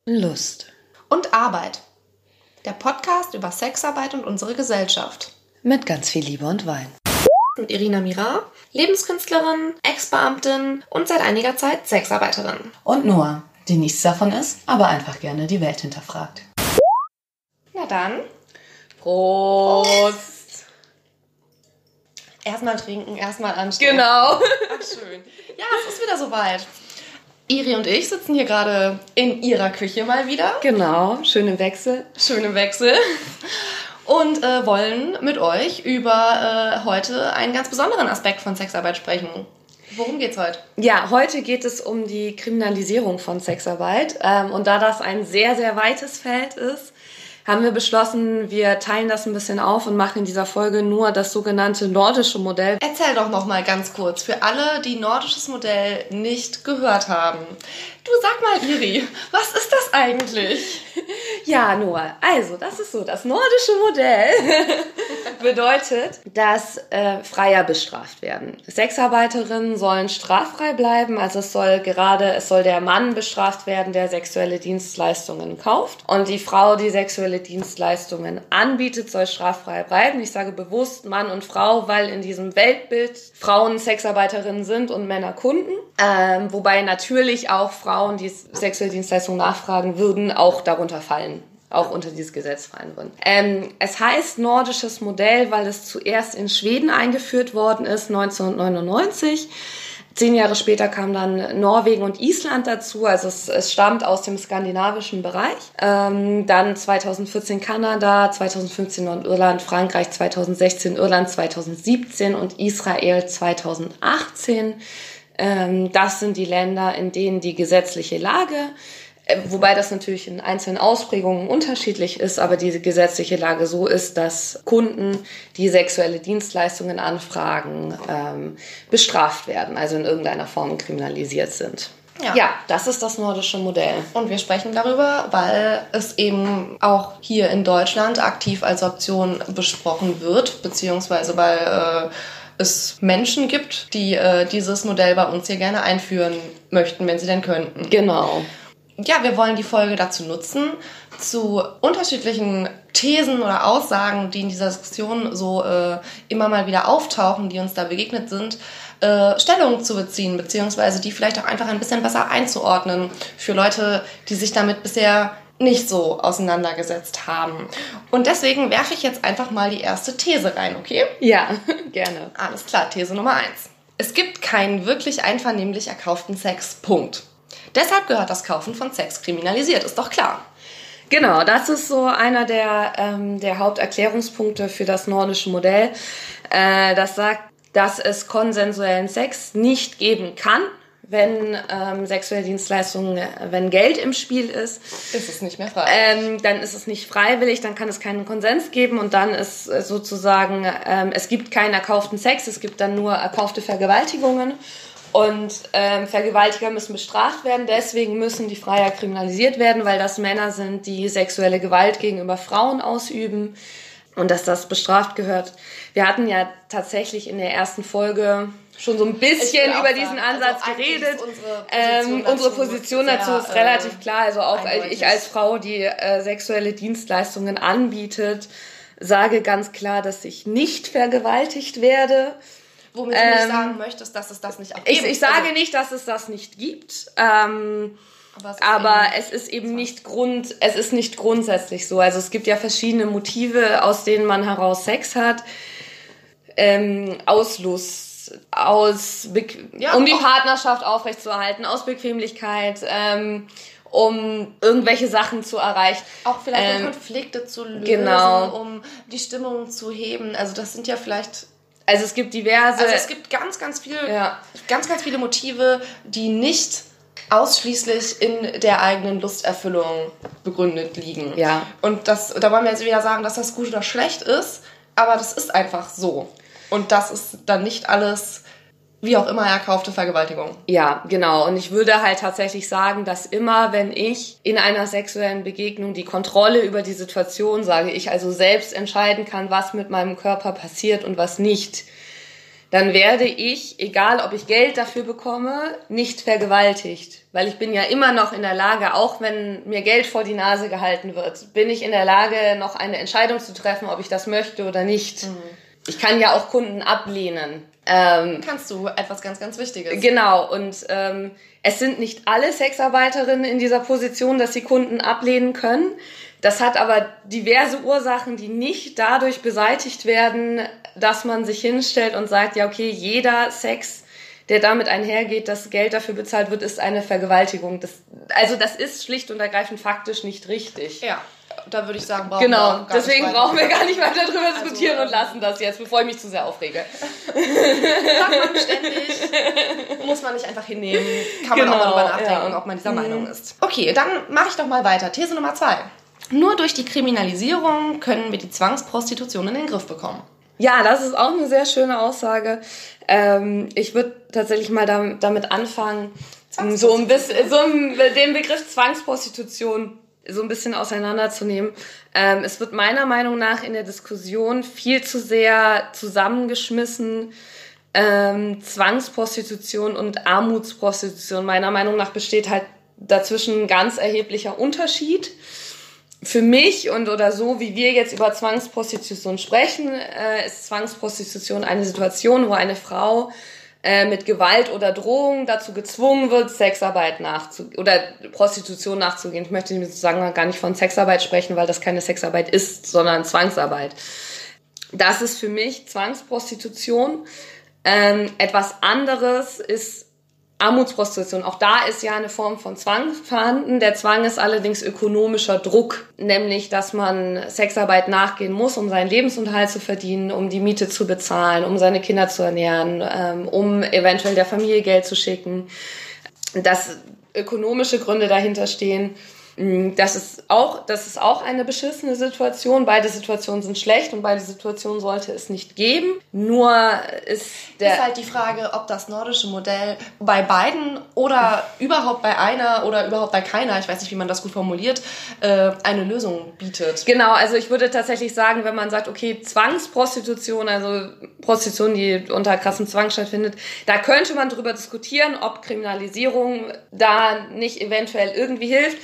Lust und Arbeit. Der Podcast über Sexarbeit und unsere Gesellschaft. Mit ganz viel Liebe und Wein. Mit Irina Mira, Lebenskünstlerin, Ex-Beamtin und seit einiger Zeit Sexarbeiterin. Und Noah, die nichts davon ist, aber einfach gerne die Welt hinterfragt. Na dann. Prost! Erstmal trinken, erstmal anstehen. Genau. Ach, schön. Ja, es ist wieder soweit. Iri und ich sitzen hier gerade in ihrer Küche mal wieder. Genau, schön im Wechsel. Schön im Wechsel. Und wollen mit euch über heute einen ganz besonderen Aspekt von Sexarbeit sprechen. Worum geht's heute? Ja, heute geht es um die Kriminalisierung von Sexarbeit. Und da das ein sehr, sehr weites Feld ist, haben wir beschlossen, wir teilen das ein bisschen auf und machen in dieser Folge nur das sogenannte nordische Modell. Erzähl doch noch mal ganz kurz, für alle, die nordisches Modell nicht gehört haben. Du, sag mal, Iri, was ist das eigentlich? Ja, Noah, also das ist so, das nordische Modell bedeutet, dass Freier bestraft werden. Sexarbeiterinnen sollen straffrei bleiben, also es soll der Mann bestraft werden, der sexuelle Dienstleistungen kauft, und die Frau, die sexuelle Dienstleistungen anbietet, soll straffrei bleiben. Ich sage bewusst Mann und Frau, weil in diesem Weltbild Frauen Sexarbeiterinnen sind und Männer Kunden, wobei natürlich auch Frauen, die sexuelle Dienstleistungen nachfragen würden, auch darunter fallen, auch unter dieses Gesetz fallen würden. Es heißt nordisches Modell, weil es zuerst in Schweden eingeführt worden ist, 1999. 10 Jahre später kamen dann Norwegen und Island dazu, also es stammt aus dem skandinavischen Bereich. Dann 2014 Kanada, 2015 Nordirland, Frankreich 2016, Irland 2017 und Israel 2018. Das sind die Länder, in denen die gesetzliche Lage, wobei das natürlich in einzelnen Ausprägungen unterschiedlich ist, aber diese gesetzliche Lage so ist, dass Kunden, die sexuelle Dienstleistungen anfragen, bestraft werden, also in irgendeiner Form kriminalisiert sind. Ja, das ist das nordische Modell. Und wir sprechen darüber, weil es eben auch hier in Deutschland aktiv als Option besprochen wird, beziehungsweise weil es Menschen gibt, die dieses Modell bei uns hier gerne einführen möchten, wenn sie denn könnten. Genau. Ja, wir wollen die Folge dazu nutzen, zu unterschiedlichen Thesen oder Aussagen, die in dieser Diskussion so immer mal wieder auftauchen, die uns da begegnet sind, Stellung zu beziehen, beziehungsweise die vielleicht auch einfach ein bisschen besser einzuordnen für Leute, die sich damit bisher nicht so auseinandergesetzt haben. Und deswegen werfe ich jetzt einfach mal die erste These rein, okay? Ja, gerne. Alles klar, These Nummer 1. Es gibt keinen wirklich einvernehmlich erkauften Sex, Punkt. Deshalb gehört das Kaufen von Sex kriminalisiert, ist doch klar. Genau, das ist so einer der Haupterklärungspunkte für das nordische Modell. Das sagt, dass es konsensuellen Sex nicht geben kann, wenn sexuelle Dienstleistungen, wenn Geld im Spiel ist. Ist es nicht mehr frei. Dann ist es nicht freiwillig, dann kann es keinen Konsens geben und dann ist sozusagen, es gibt keinen erkauften Sex, es gibt dann nur erkaufte Vergewaltigungen. Und Vergewaltiger müssen bestraft werden, deswegen müssen die Freier kriminalisiert werden, weil das Männer sind, die sexuelle Gewalt gegenüber Frauen ausüben und dass das bestraft gehört. Wir hatten ja tatsächlich in der ersten Folge schon so ein bisschen über diesen Ansatz geredet. Unsere Position dazu ist relativ klar. Also auch eindeutig. Ich als Frau, die sexuelle Dienstleistungen anbietet, sage ganz klar, dass ich nicht vergewaltigt werde. Womit du nicht sagen möchtest, dass es das nicht auch gibt. Ich sage nicht, dass es das nicht gibt, aber es ist eben nicht grundsätzlich so. Also es gibt ja verschiedene Motive, aus denen man heraus Sex hat. Aus Lust, um die Partnerschaft aufrechtzuerhalten, aus Bequemlichkeit, um irgendwelche Sachen zu erreichen. Auch vielleicht um Konflikte zu lösen, genau. Um die Stimmung zu heben. Also das sind ja vielleicht... Also es gibt diverse... Also es gibt ganz, ganz viele Motive, die nicht ausschließlich in der eigenen Lusterfüllung begründet liegen. Ja. Und da wollen wir jetzt wieder sagen, dass das gut oder schlecht ist, aber das ist einfach so. Und das ist dann nicht alles, wie auch immer, erkaufte Vergewaltigung. Ja, genau. Und ich würde halt tatsächlich sagen, dass immer, wenn ich in einer sexuellen Begegnung die Kontrolle über die Situation, sage ich, also selbst entscheiden kann, was mit meinem Körper passiert und was nicht, dann werde ich, egal ob ich Geld dafür bekomme, nicht vergewaltigt. Weil ich bin ja immer noch in der Lage, auch wenn mir Geld vor die Nase gehalten wird, bin ich in der Lage, noch eine Entscheidung zu treffen, ob ich das möchte oder nicht. Mhm. Ich kann ja auch Kunden ablehnen. Kannst du, etwas ganz, ganz Wichtiges. Genau, und es sind nicht alle Sexarbeiterinnen in dieser Position, dass sie Kunden ablehnen können. Das hat aber diverse Ursachen, die nicht dadurch beseitigt werden, dass man sich hinstellt und sagt, ja okay, jeder Sex, der damit einhergeht, dass Geld dafür bezahlt wird, ist eine Vergewaltigung. Das ist schlicht und ergreifend faktisch nicht richtig. Ja, da würde ich sagen, brauchen wir gar nicht weiter darüber diskutieren und lassen das jetzt, bevor ich mich zu sehr aufrege. Sagt man ständig, muss man nicht einfach hinnehmen, kann man auch mal drüber nachdenken, ob man dieser Meinung ist. Okay, dann mache ich doch mal weiter. These Nummer 2. Nur durch die Kriminalisierung können wir die Zwangsprostitution in den Griff bekommen. Ja, das ist auch eine sehr schöne Aussage. Ich würde tatsächlich mal damit anfangen, den Begriff Zwangsprostitution so ein bisschen auseinanderzunehmen. Es wird meiner Meinung nach in der Diskussion viel zu sehr zusammengeschmissen. Zwangsprostitution und Armutsprostitution. Meiner Meinung nach besteht halt dazwischen ein ganz erheblicher Unterschied. Für mich oder so, wie wir jetzt über Zwangsprostitution sprechen, ist Zwangsprostitution eine Situation, wo eine Frau mit Gewalt oder Drohung dazu gezwungen wird, Sexarbeit oder Prostitution nachzugehen. Ich möchte sozusagen gar nicht von Sexarbeit sprechen, weil das keine Sexarbeit ist, sondern Zwangsarbeit. Das ist für mich Zwangsprostitution. Etwas anderes ist Armutsprostitution. Auch da ist ja eine Form von Zwang vorhanden. Der Zwang ist allerdings ökonomischer Druck, nämlich, dass man Sexarbeit nachgehen muss, um seinen Lebensunterhalt zu verdienen, um die Miete zu bezahlen, um seine Kinder zu ernähren, um eventuell der Familie Geld zu schicken. Dass ökonomische Gründe dahinter stehen. Das ist auch eine beschissene Situation. Beide Situationen sind schlecht und beide Situationen sollte es nicht geben. Nur ist halt die Frage, ob das nordische Modell bei beiden oder überhaupt bei einer oder überhaupt bei keiner, ich weiß nicht, wie man das gut formuliert, eine Lösung bietet. Genau, also ich würde tatsächlich sagen, wenn man sagt, okay, Zwangsprostitution, also Prostitution, die unter krassem Zwang stattfindet, da könnte man drüber diskutieren, ob Kriminalisierung da nicht eventuell irgendwie hilft.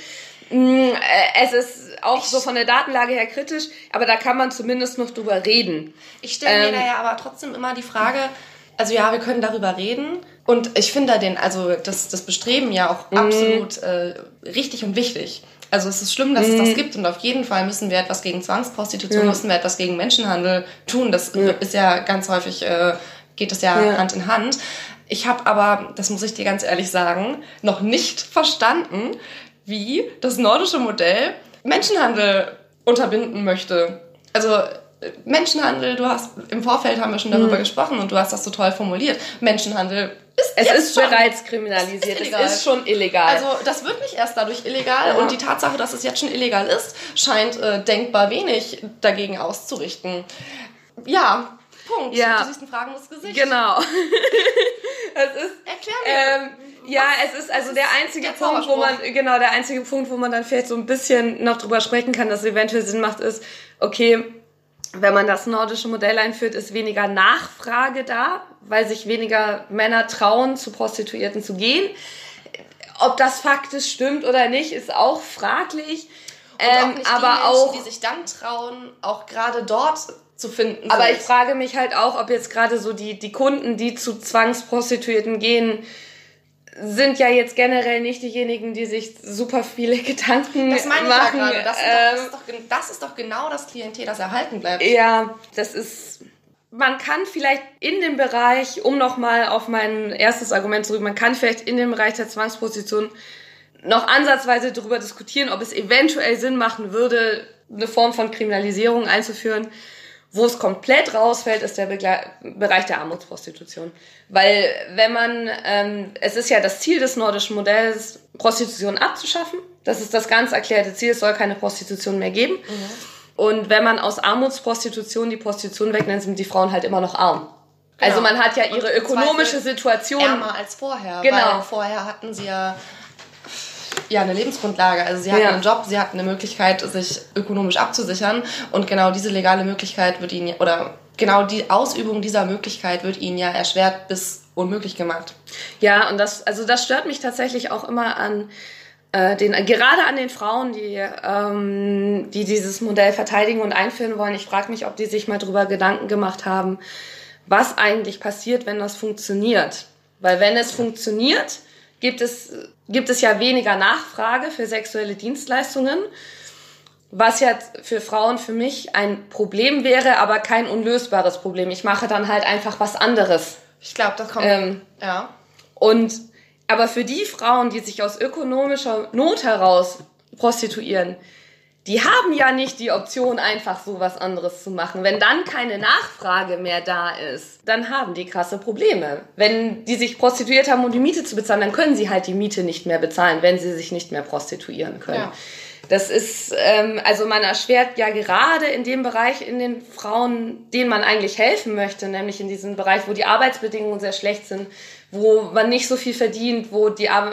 Es ist auch so von der Datenlage her kritisch, aber da kann man zumindest noch drüber reden. Ich stelle mir da ja aber trotzdem immer die Frage, also ja, wir können darüber reden und ich finde das Bestreben ja auch absolut richtig und wichtig. Also es ist schlimm, dass es das gibt und auf jeden Fall müssen wir etwas gegen Zwangsprostitution, müssen wir etwas gegen Menschenhandel tun. Das ist ja ganz häufig, geht das ja Hand in Hand. Ich habe aber, das muss ich dir ganz ehrlich sagen, noch nicht verstanden, wie das nordische Modell Menschenhandel unterbinden möchte. Also Menschenhandel, im Vorfeld haben wir schon darüber gesprochen und du hast das so toll formuliert. Menschenhandel ist bereits kriminalisiert. Es ist schon illegal. Also das wird nicht erst dadurch illegal und die Tatsache, dass es jetzt schon illegal ist, scheint denkbar wenig dagegen auszurichten. Ja, Punkt. Ja. Du siehst ein fragendes Gesicht. Genau. Erklär mir. Es ist also der einzige Punkt, wo man dann vielleicht so ein bisschen noch drüber sprechen kann, dass es eventuell Sinn macht, ist, okay, wenn man das nordische Modell einführt, ist weniger Nachfrage da, weil sich weniger Männer trauen, zu Prostituierten zu gehen. Ob das faktisch stimmt oder nicht, ist auch fraglich. Und auch nicht die Menschen, die sich dann trauen, auch gerade dort zu finden. Aber ich frage mich halt auch, ob jetzt gerade so die Kunden, die zu Zwangsprostituierten gehen, sind ja jetzt generell nicht diejenigen, die sich super viele Gedanken machen. Das meine ich ja gerade. Das ist doch genau das Klientel, das erhalten bleibt. Ja, man kann vielleicht in dem Bereich, um nochmal auf mein erstes Argument zurück, man kann vielleicht in dem Bereich der Zwangsprostitution noch ansatzweise darüber diskutieren, ob es eventuell Sinn machen würde, eine Form von Kriminalisierung einzuführen. Wo es komplett rausfällt, ist der Bereich der Armutsprostitution. Weil es ist ja das Ziel des nordischen Modells, Prostitution abzuschaffen. Das ist das ganz erklärte Ziel, es soll keine Prostitution mehr geben. Mhm. Und wenn man aus Armutsprostitution die Prostitution wegnimmt, sind die Frauen halt immer noch arm. Genau. Also man hat ja ihre ökonomische Situation ärmer als vorher. Genau. Weil vorher hatten sie ja eine Lebensgrundlage. Also sie hatten einen Job, sie hatten eine Möglichkeit, sich ökonomisch abzusichern. Und genau diese legale Möglichkeit wird ihnen, oder genau die Ausübung dieser Möglichkeit wird ihnen ja erschwert bis unmöglich gemacht. Ja, und das stört mich tatsächlich auch immer an gerade an den Frauen, die dieses Modell verteidigen und einführen wollen. Ich frage mich, ob die sich mal drüber Gedanken gemacht haben, was eigentlich passiert, wenn das funktioniert. Weil wenn es funktioniert, gibt es ja weniger Nachfrage für sexuelle Dienstleistungen, was ja für Frauen für mich ein Problem wäre, aber kein unlösbares Problem. Ich mache dann halt einfach was anderes. Ich glaube, das kommt, ja. Aber für die Frauen, die sich aus ökonomischer Not heraus prostituieren, die haben ja nicht die Option, einfach so was anderes zu machen. Wenn dann keine Nachfrage mehr da ist, dann haben die krasse Probleme. Wenn die sich prostituiert haben, um die Miete zu bezahlen, dann können sie halt die Miete nicht mehr bezahlen, wenn sie sich nicht mehr prostituieren können. Ja. Das ist, also man erschwert ja gerade in dem Bereich, in den Frauen, denen man eigentlich helfen möchte, nämlich in diesem Bereich, wo die Arbeitsbedingungen sehr schlecht sind, wo man nicht so viel verdient, wo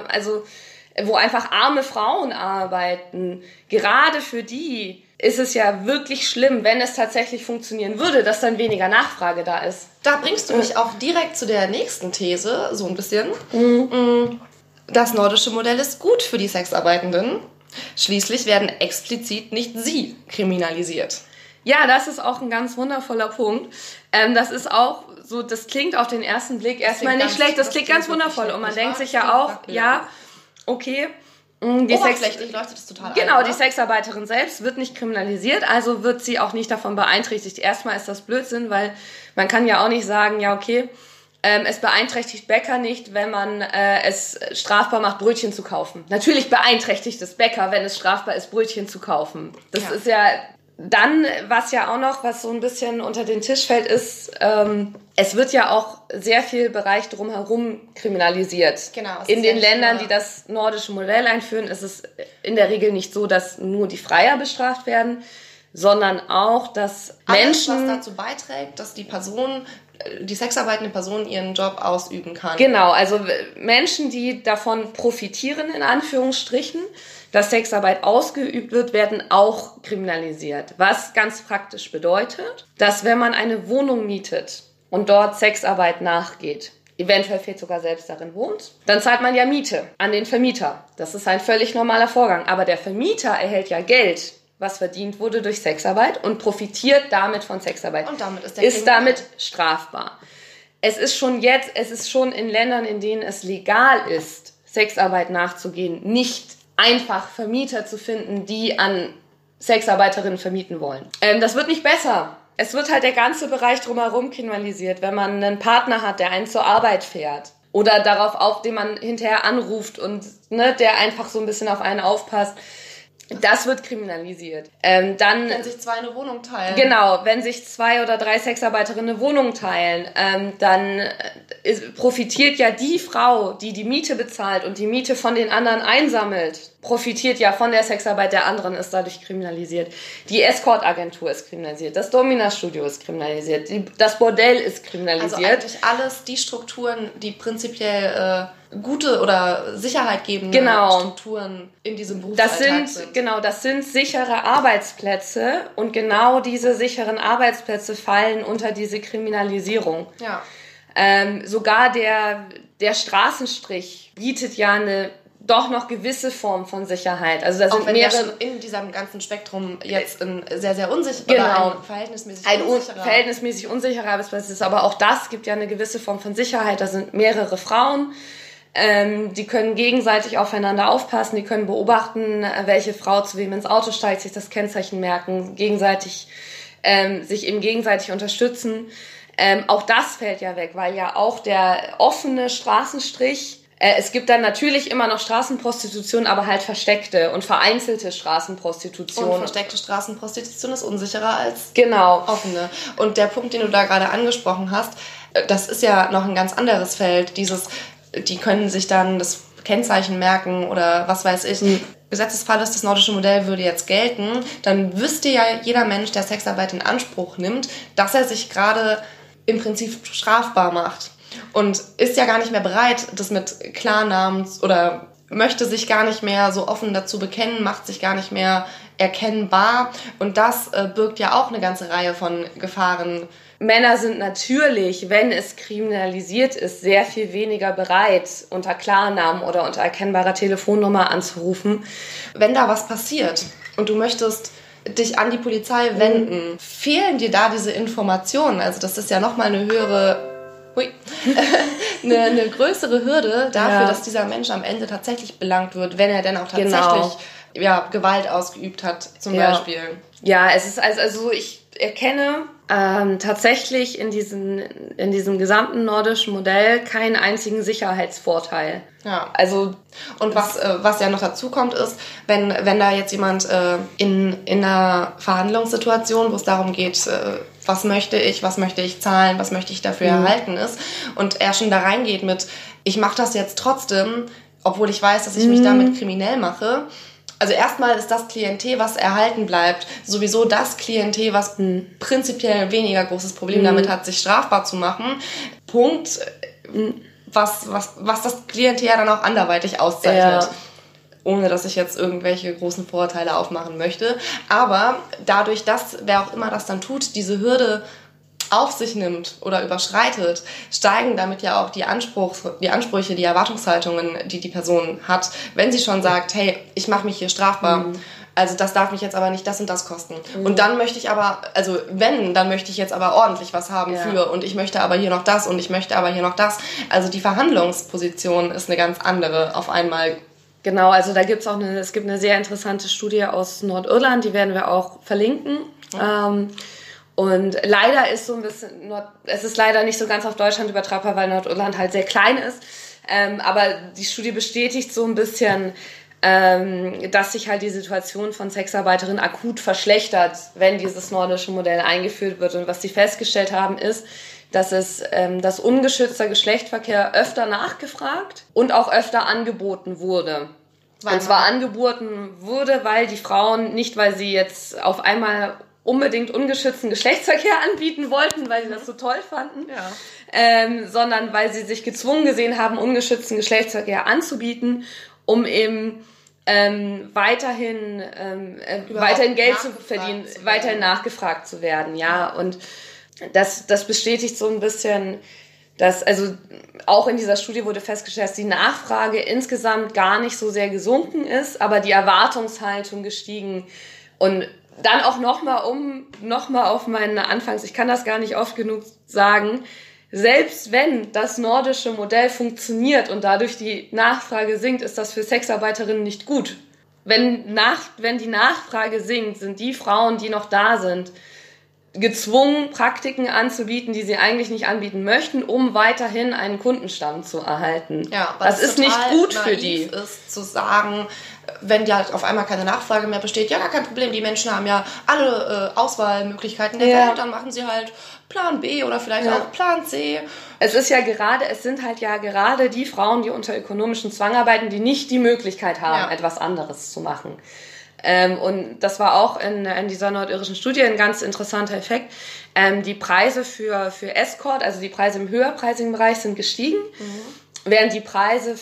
einfach arme Frauen arbeiten. Gerade für die ist es ja wirklich schlimm, wenn es tatsächlich funktionieren würde, dass dann weniger Nachfrage da ist. Da bringst du mich auch direkt zu der nächsten These, so ein bisschen. Das nordische Modell ist gut für die Sexarbeitenden. Schließlich werden explizit nicht sie kriminalisiert. Ja, das ist auch ein ganz wundervoller Punkt. Das ist auch so, das klingt auf den ersten Blick erstmal nicht schlecht, das klingt ganz wundervoll. Und man denkt sich ja auch, ja, okay. Oberflächlich leuchtet es total ein. Genau, die Sexarbeiterin selbst wird nicht kriminalisiert, also wird sie auch nicht davon beeinträchtigt. Erstmal ist das Blödsinn, weil man kann ja auch nicht sagen, ja, okay, es beeinträchtigt Bäcker nicht, wenn man es strafbar macht, Brötchen zu kaufen. Natürlich beeinträchtigt es Bäcker, wenn es strafbar ist, Brötchen zu kaufen. Das ist ja dann, was ja auch noch, was so ein bisschen unter den Tisch fällt, ist, es wird ja auch sehr viel Bereich drumherum kriminalisiert. Genau. In den Ländern, die das nordische Modell einführen, ist es in der Regel nicht so, dass nur die Freier bestraft werden, sondern auch, dass Menschen... Alles, was dazu beiträgt, dass die sexarbeitende Person ihren Job ausüben kann. Genau, also Menschen, die davon profitieren, in Anführungsstrichen, dass Sexarbeit ausgeübt wird, werden auch kriminalisiert. Was ganz praktisch bedeutet, dass wenn man eine Wohnung mietet und dort Sexarbeit nachgeht, eventuell vielleicht sogar selbst darin wohnt, dann zahlt man ja Miete an den Vermieter. Das ist ein völlig normaler Vorgang. Aber der Vermieter erhält ja Geld, was verdient wurde durch Sexarbeit und profitiert damit von Sexarbeit. Und damit ist damit strafbar. Es ist schon in Ländern, in denen es legal ist, Sexarbeit nachzugehen, nicht einfach Vermieter zu finden, die an Sexarbeiterinnen vermieten wollen. Das wird nicht besser. Es wird halt der ganze Bereich drumherum kriminalisiert, wenn man einen Partner hat, der einen zur Arbeit fährt. Oder den man hinterher anruft und der einfach so ein bisschen auf einen aufpasst. Das wird kriminalisiert. Wenn sich zwei eine Wohnung teilen. Genau, wenn sich 2 oder 3 Sexarbeiterinnen eine Wohnung teilen, dann profitiert ja die Frau, die die Miete bezahlt und die Miete von den anderen einsammelt, profitiert ja von der Sexarbeit der anderen, ist dadurch kriminalisiert. Die Escort-Agentur ist kriminalisiert, das Domina-Studio ist kriminalisiert, das Bordell ist kriminalisiert. Also eigentlich alles die Strukturen, die prinzipiell gute oder sicherheitgebende Strukturen in diesem Berufsalltag sind. Genau, das sind sichere Arbeitsplätze und genau diese sicheren Arbeitsplätze fallen unter diese Kriminalisierung. Ja. Sogar der Straßenstrich bietet ja eine doch noch gewisse Form von Sicherheit. Also da sind mehrere in diesem ganzen Spektrum jetzt ein sehr, sehr unsicherer, verhältnismäßig unsicherer Arbeitsplatz ist, aber auch das gibt ja eine gewisse Form von Sicherheit. Da sind mehrere Frauen, die können gegenseitig aufeinander aufpassen, die können beobachten, welche Frau zu wem ins Auto steigt, sich das Kennzeichen merken, sich eben gegenseitig unterstützen. Auch das fällt ja weg, weil ja auch der offene Straßenstrich, es gibt dann natürlich immer noch Straßenprostitution, aber halt versteckte und vereinzelte Straßenprostitution. Und versteckte Straßenprostitution ist unsicherer als offene. Und der Punkt, den du da gerade angesprochen hast, das ist ja noch ein ganz anderes Feld. Die können sich dann das Kennzeichen merken oder was weiß ich. Gesetzesfall ist, das nordische Modell würde jetzt gelten, dann wüsste ja jeder Mensch, der Sexarbeit in Anspruch nimmt, dass er sich gerade im Prinzip strafbar macht. Und ist ja gar nicht mehr bereit, das mit Klarnamen oder möchte sich gar nicht mehr so offen dazu bekennen, macht sich gar nicht mehr erkennbar. Und das birgt ja auch eine ganze Reihe von Gefahren Männer sind natürlich, wenn es kriminalisiert ist, sehr viel weniger bereit, unter Klarnamen oder unter erkennbarer Telefonnummer anzurufen. Wenn da was passiert und du möchtest dich an die Polizei wenden, fehlen dir da diese Informationen? Also das ist ja nochmal eine eine größere Hürde dafür, dass dieser Mensch am Ende tatsächlich belangt wird, wenn er denn auch tatsächlich Gewalt ausgeübt hat, zum Beispiel. Ja, es ist also ich erkenne tatsächlich in diesem gesamten nordischen Modell keinen einzigen Sicherheitsvorteil. Ja. Also und was ja noch dazu kommt ist, wenn da jetzt jemand in einer Verhandlungssituation, wo es darum geht, was möchte ich zahlen, was möchte ich dafür erhalten ist, und er schon da reingeht mit, ich mache das jetzt trotzdem, obwohl ich weiß, dass ich mich damit kriminell mache. Also erstmal ist das Klientel, was erhalten bleibt, sowieso das Klientel, was prinzipiell ein weniger großes Problem damit hat, sich strafbar zu machen. Punkt, was das Klientel ja dann auch anderweitig auszeichnet. Ja. Ohne dass ich jetzt irgendwelche großen Vorurteile aufmachen möchte. Aber dadurch, dass, wer auch immer das dann tut, diese Hürde auf sich nimmt oder überschreitet, steigen damit ja auch die Ansprüche, die Erwartungshaltungen, die Person hat, wenn sie schon sagt, hey, ich mache mich hier strafbar, also das darf mich jetzt aber nicht das und das kosten. Und dann möchte ich aber, dann möchte ich jetzt aber ordentlich was haben für, und ich möchte aber hier noch das und ich möchte aber hier noch das. Also die Verhandlungsposition ist eine ganz andere auf einmal. Genau, also da gibt es gibt eine sehr interessante Studie aus Nordirland, die werden wir auch verlinken. Und leider ist so ein bisschen, es ist leider nicht so ganz auf Deutschland übertragbar, weil Nordirland halt sehr klein ist. Aber die Studie bestätigt so ein bisschen, dass sich halt die Situation von Sexarbeiterinnen akut verschlechtert, wenn dieses nordische Modell eingeführt wird. Und was sie festgestellt haben, ist, dass dass ungeschützter Geschlechtsverkehr öfter nachgefragt und auch öfter angeboten wurde. Und zwar angeboten wurde, weil die Frauen, nicht weil sie jetzt auf einmal unbedingt ungeschützten Geschlechtsverkehr anbieten wollten, weil sie das so toll fanden, sondern weil sie sich gezwungen gesehen haben, ungeschützten Geschlechtsverkehr anzubieten, um eben weiterhin Geld zu verdienen, weiterhin nachgefragt zu werden. Ja, und das bestätigt so ein bisschen, dass, also auch in dieser Studie wurde festgestellt, dass die Nachfrage insgesamt gar nicht so sehr gesunken ist, aber die Erwartungshaltung gestiegen. Und dann auch nochmal auf meine ich kann das gar nicht oft genug sagen, selbst wenn das nordische Modell funktioniert und dadurch die Nachfrage sinkt, ist das für Sexarbeiterinnen nicht gut. Wenn die Nachfrage sinkt, sind die Frauen, die noch da sind, gezwungen, Praktiken anzubieten, die sie eigentlich nicht anbieten möchten, um weiterhin einen Kundenstamm zu erhalten. Ja, das ist nicht gut für die. Ist zu sagen, wenn ja auf einmal keine Nachfrage mehr besteht, ja, gar kein Problem, die Menschen haben ja alle Auswahlmöglichkeiten der Welt, dann machen sie halt Plan B oder vielleicht auch Plan C. Es sind halt gerade die Frauen, die unter ökonomischem Zwang arbeiten, die nicht die Möglichkeit haben, etwas anderes zu machen. Und das war auch in dieser nordirischen Studie ein ganz interessanter Effekt. Die Preise für Escort, also die Preise im höherpreisigen Bereich, sind gestiegen, während die Preise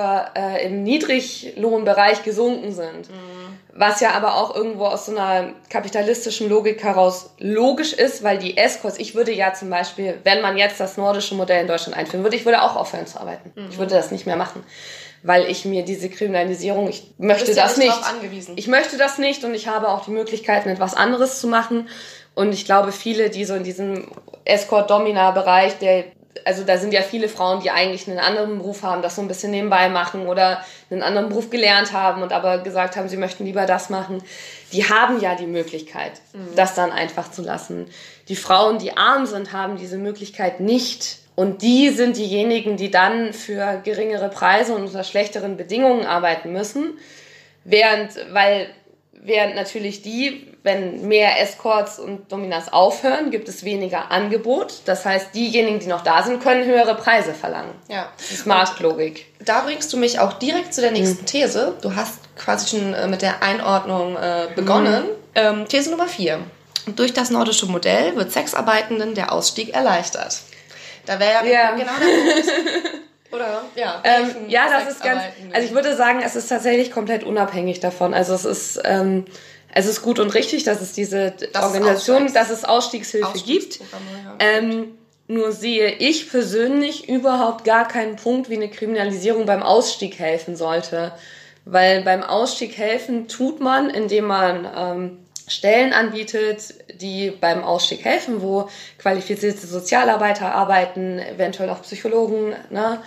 im Niedriglohnbereich gesunken sind. Was ja aber auch irgendwo aus so einer kapitalistischen Logik heraus logisch ist, weil die Escorts, ich würde ja zum Beispiel, wenn man jetzt das nordische Modell in Deutschland einführen würde, ich würde auch aufhören zu arbeiten. Ich würde das nicht mehr machen, weil ich mir diese Kriminalisierung, ich möchte das nicht. Ich möchte das nicht und ich habe auch die Möglichkeiten, etwas anderes zu machen. Und ich glaube, viele, die so in diesem Escort-Domina-Bereich, also da sind ja viele Frauen, die eigentlich einen anderen Beruf haben, das so ein bisschen nebenbei machen oder einen anderen Beruf gelernt haben und aber gesagt haben, sie möchten lieber das machen. Die haben ja die Möglichkeit, das dann einfach zu lassen. Die Frauen, die arm sind, haben diese Möglichkeit nicht. Und die sind diejenigen, die dann für geringere Preise und unter schlechteren Bedingungen arbeiten müssen. Während natürlich wenn mehr Escorts und Dominas aufhören, gibt es weniger Angebot. Das heißt, diejenigen, die noch da sind, können höhere Preise verlangen. Ja. Das ist Marktlogik. Da bringst du mich auch direkt zu der nächsten These. Du hast quasi schon mit der Einordnung begonnen. These Nummer 4. Durch das nordische Modell wird Sexarbeitenden der Ausstieg erleichtert. Da wäre genau der Punkt. Oder? Ja. Das ist ganz. Also ich würde sagen, es ist tatsächlich komplett unabhängig davon. Also es ist Es ist gut und richtig, dass es diese Organisation, dass es Ausstiegshilfe gibt. Nur sehe ich persönlich überhaupt gar keinen Punkt, wie eine Kriminalisierung beim Ausstieg helfen sollte. Weil beim Ausstieg helfen tut man, indem man Stellen anbietet, die beim Ausstieg helfen, wo qualifizierte Sozialarbeiter arbeiten, eventuell auch Psychologen, ne?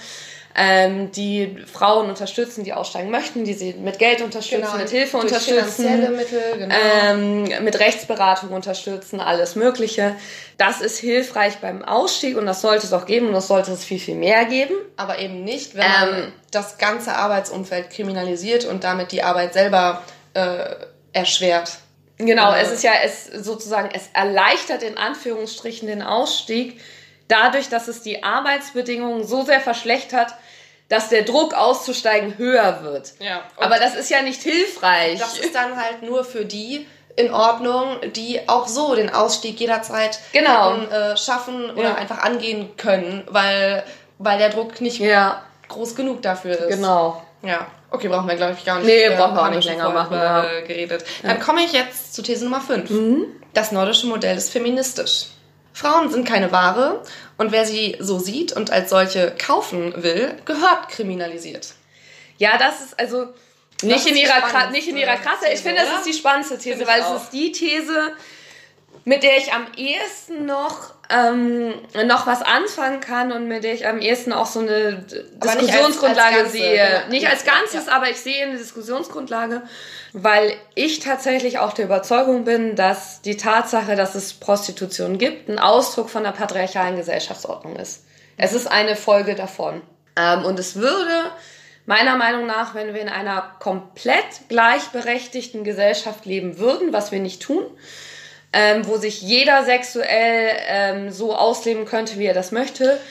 Die Frauen unterstützen, die aussteigen möchten, die sie mit Geld unterstützen, mit Hilfe unterstützen, finanzielle Mittel, mit Rechtsberatung unterstützen, alles Mögliche. Das ist hilfreich beim Ausstieg und das sollte es auch geben und das sollte es viel, viel mehr geben. Aber eben nicht, wenn man das ganze Arbeitsumfeld kriminalisiert und damit die Arbeit selber erschwert. Genau, es erleichtert in Anführungsstrichen den Ausstieg, dadurch, dass es die Arbeitsbedingungen so sehr verschlechtert, dass der Druck auszusteigen höher wird. Ja, aber das ist ja nicht hilfreich. Das ist dann halt nur für die in Ordnung, die auch so den Ausstieg jederzeit schaffen oder einfach angehen können, weil der Druck nicht groß genug dafür ist. Genau. Ja. Okay, brauchen wir, glaube ich, gar nicht. Nee, brauchen wir auch nicht länger machen. Geredet. Dann komme ich jetzt zu These Nummer 5. Das nordische Modell ist feministisch. Frauen sind keine Ware und wer sie so sieht und als solche kaufen will, gehört kriminalisiert. Ja, das ist also nicht in ihrer Krasse. Ich finde, das ist die spannendste These, weil es ist die These, mit der ich am ehesten noch was anfangen kann und mit der ich am ehesten auch so eine Diskussionsgrundlage sehe. Genau. Nicht als Ganzes, aber ich sehe eine Diskussionsgrundlage, weil ich tatsächlich auch der Überzeugung bin, dass die Tatsache, dass es Prostitution gibt, ein Ausdruck von der patriarchalen Gesellschaftsordnung ist. Es ist eine Folge davon. Und es würde meiner Meinung nach, wenn wir in einer komplett gleichberechtigten Gesellschaft leben würden, was wir nicht tun, wo sich jeder sexuell so ausleben könnte, wie er das möchte,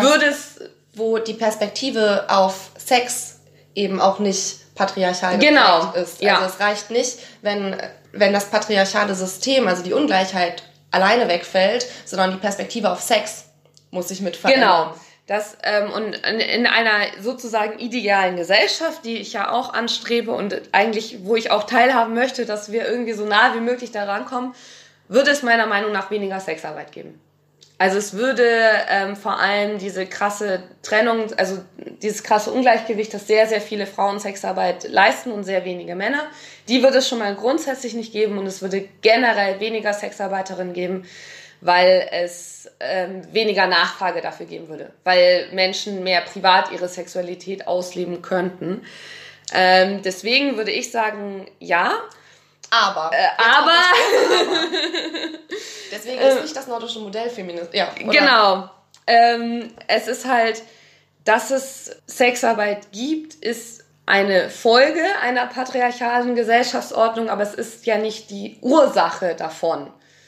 wo die Perspektive auf Sex eben auch nicht patriarchal geprägt ist. Ja. Also es reicht nicht, wenn das patriarchale System, also die Ungleichheit, alleine wegfällt, sondern die Perspektive auf Sex muss sich mit verändern. Genau. Und in einer sozusagen idealen Gesellschaft, die ich ja auch anstrebe und eigentlich, wo ich auch teilhaben möchte, dass wir irgendwie so nah wie möglich da rankommen, würde es meiner Meinung nach weniger Sexarbeit geben. Also es würde vor allem diese krasse Trennung, also dieses krasse Ungleichgewicht, dass sehr, sehr viele Frauen Sexarbeit leisten und sehr wenige Männer, die würde es schon mal grundsätzlich nicht geben und es würde generell weniger Sexarbeiterinnen geben, weil es weniger Nachfrage dafür geben würde, weil Menschen mehr privat ihre Sexualität ausleben könnten. Deswegen würde ich sagen, ja. Aber. Deswegen ist nicht das nordische Modell feministisch. Ja, genau. Es ist halt, dass es Sexarbeit gibt, ist eine Folge einer patriarchalen Gesellschaftsordnung, aber es ist ja nicht die Ursache davon.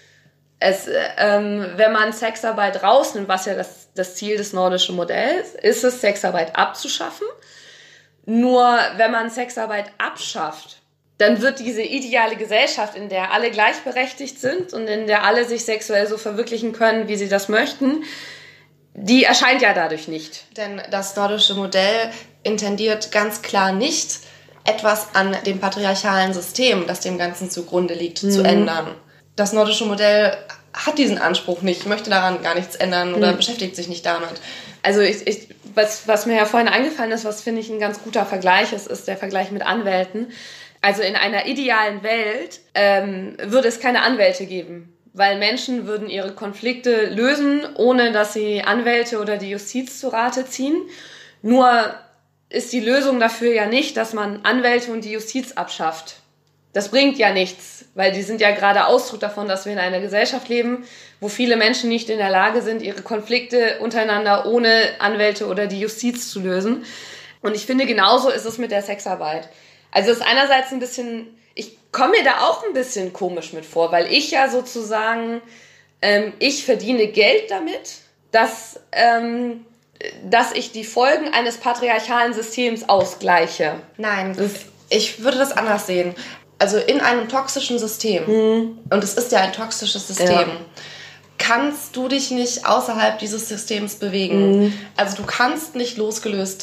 Wenn man Sexarbeit rausnimmt, was ja das Ziel des nordischen Modells ist, es Sexarbeit abzuschaffen. Nur wenn man Sexarbeit abschafft, dann wird diese ideale Gesellschaft, in der alle gleichberechtigt sind und in der alle sich sexuell so verwirklichen können, wie sie das möchten, die erscheint ja dadurch nicht. Denn das nordische Modell intendiert ganz klar nicht, etwas an dem patriarchalen System, das dem Ganzen zugrunde liegt, zu ändern. Das nordische Modell hat diesen Anspruch nicht, möchte daran gar nichts ändern oder beschäftigt sich nicht damit. Also was mir ja vorhin eingefallen ist, was finde ich ein ganz guter Vergleich ist der Vergleich mit Anwälten. Also in einer idealen Welt würde es keine Anwälte geben, weil Menschen würden ihre Konflikte lösen, ohne dass sie Anwälte oder die Justiz zu Rate ziehen. Nur ist die Lösung dafür ja nicht, dass man Anwälte und die Justiz abschafft. Das bringt ja nichts, weil die sind ja gerade Ausdruck davon, dass wir in einer Gesellschaft leben, wo viele Menschen nicht in der Lage sind, ihre Konflikte untereinander ohne Anwälte oder die Justiz zu lösen. Und ich finde, genauso ist es mit der Sexarbeit. Also es ist einerseits ein bisschen, ich komme mir da auch ein bisschen komisch mit vor, weil ich ja sozusagen, ich verdiene Geld damit, dass ich die Folgen eines patriarchalen Systems ausgleiche. Nein, ich würde das anders sehen. Also in einem toxischen System, und es ist ja ein toxisches System, kannst du dich nicht außerhalb dieses Systems bewegen. Also du kannst nicht losgelöst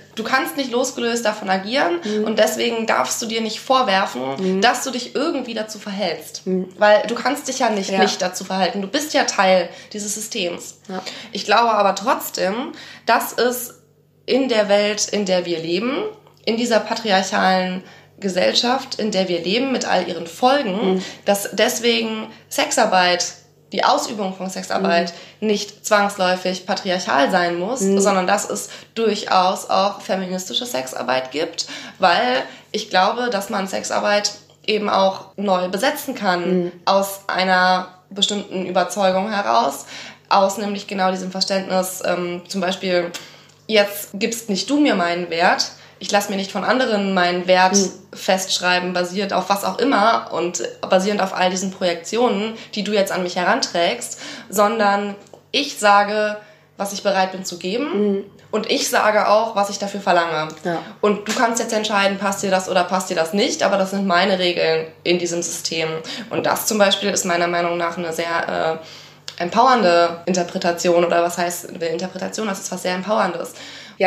davon agieren und deswegen darfst du dir nicht vorwerfen, dass du dich irgendwie dazu verhältst. Weil du kannst dich ja nicht dazu verhalten. Du bist ja Teil dieses Systems. Ja. Ich glaube aber trotzdem, dass es in der Welt, in der wir leben, in dieser patriarchalen Gesellschaft, in der wir leben, mit all ihren Folgen, dass deswegen Sexarbeit, die Ausübung von Sexarbeit nicht zwangsläufig patriarchal sein muss, sondern dass es durchaus auch feministische Sexarbeit gibt, weil ich glaube, dass man Sexarbeit eben auch neu besetzen kann aus einer bestimmten Überzeugung heraus, aus nämlich genau diesem Verständnis, zum Beispiel, jetzt gibst nicht du mir meinen Wert, ich lasse mir nicht von anderen meinen Wert festschreiben, basierend auf was auch immer und basierend auf all diesen Projektionen, die du jetzt an mich heranträgst, sondern ich sage, was ich bereit bin zu geben und ich sage auch, was ich dafür verlange. Ja. Und du kannst jetzt entscheiden, passt dir das oder passt dir das nicht, aber das sind meine Regeln in diesem System. Und das zum Beispiel ist meiner Meinung nach eine sehr empowernde Interpretation, oder was heißt eine Interpretation? Das ist was sehr Empowerndes. Ja,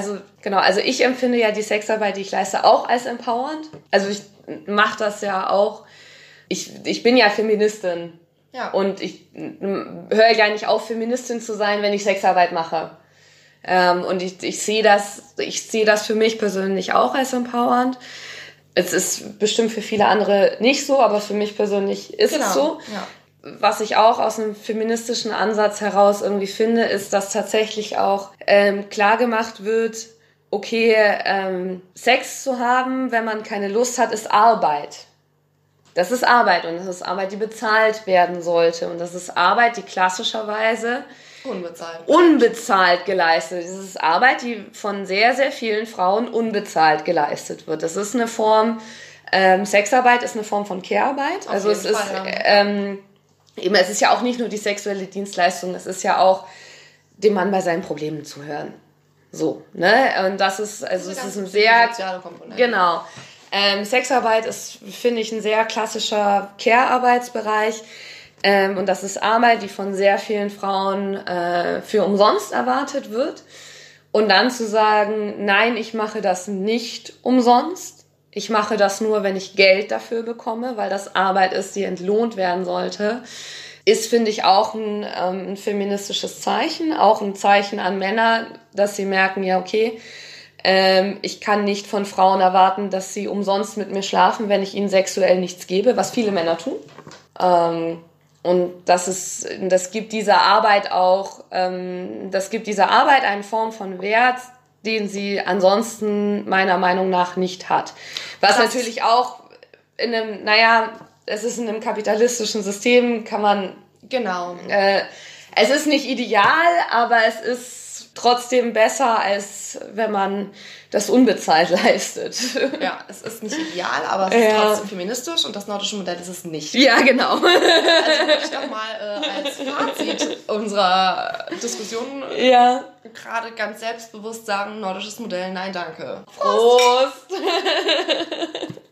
ich empfinde ja die Sexarbeit, die ich leiste, auch als empowernd. Also ich mache das ja auch, ich bin ja Feministin. Ja. Und ich höre ja nicht auf, Feministin zu sein, wenn ich Sexarbeit mache. Und ich sehe das für mich persönlich auch als empowernd. Es ist bestimmt für viele andere nicht so, aber für mich persönlich ist es so. Ja. Was ich auch aus einem feministischen Ansatz heraus irgendwie finde, ist, dass tatsächlich auch klar gemacht wird, okay, Sex zu haben, wenn man keine Lust hat, ist Arbeit. Das ist Arbeit und das ist Arbeit, die bezahlt werden sollte. Und das ist Arbeit, die klassischerweise unbezahlt geleistet wird. Das ist Arbeit, die von sehr, sehr vielen Frauen unbezahlt geleistet wird. Das ist eine Form, Sexarbeit ist eine Form von Care-Arbeit. Also es ist... es ist ja auch nicht nur die sexuelle Dienstleistung, es ist ja auch, dem Mann bei seinen Problemen zu hören. So, ne? Und das ist ein sehr... soziale Komponente. Genau. Sexarbeit ist, finde ich, ein sehr klassischer Care-Arbeitsbereich. Und das ist Arbeit, die von sehr vielen Frauen für umsonst erwartet wird. Und dann zu sagen, nein, ich mache das nicht umsonst. Ich mache das nur, wenn ich Geld dafür bekomme, weil das Arbeit ist, die entlohnt werden sollte, ist, finde ich, auch ein feministisches Zeichen, auch ein Zeichen an Männer, dass sie merken, ja, okay, ich kann nicht von Frauen erwarten, dass sie umsonst mit mir schlafen, wenn ich ihnen sexuell nichts gebe, was viele Männer tun. Und das gibt dieser Arbeit auch, eine Form von Wert, den sie ansonsten meiner Meinung nach nicht hat. Was natürlich auch es ist in einem kapitalistischen System, kann man... Genau. Es ist nicht ideal, aber es ist trotzdem besser, als wenn man das unbezahlt leistet. Ja, es ist nicht ideal, aber es ist trotzdem feministisch und das nordische Modell ist es nicht. Ja, genau. Also würde ich doch mal als Fazit unserer Diskussion gerade ganz selbstbewusst sagen, nordisches Modell, nein, danke. Prost!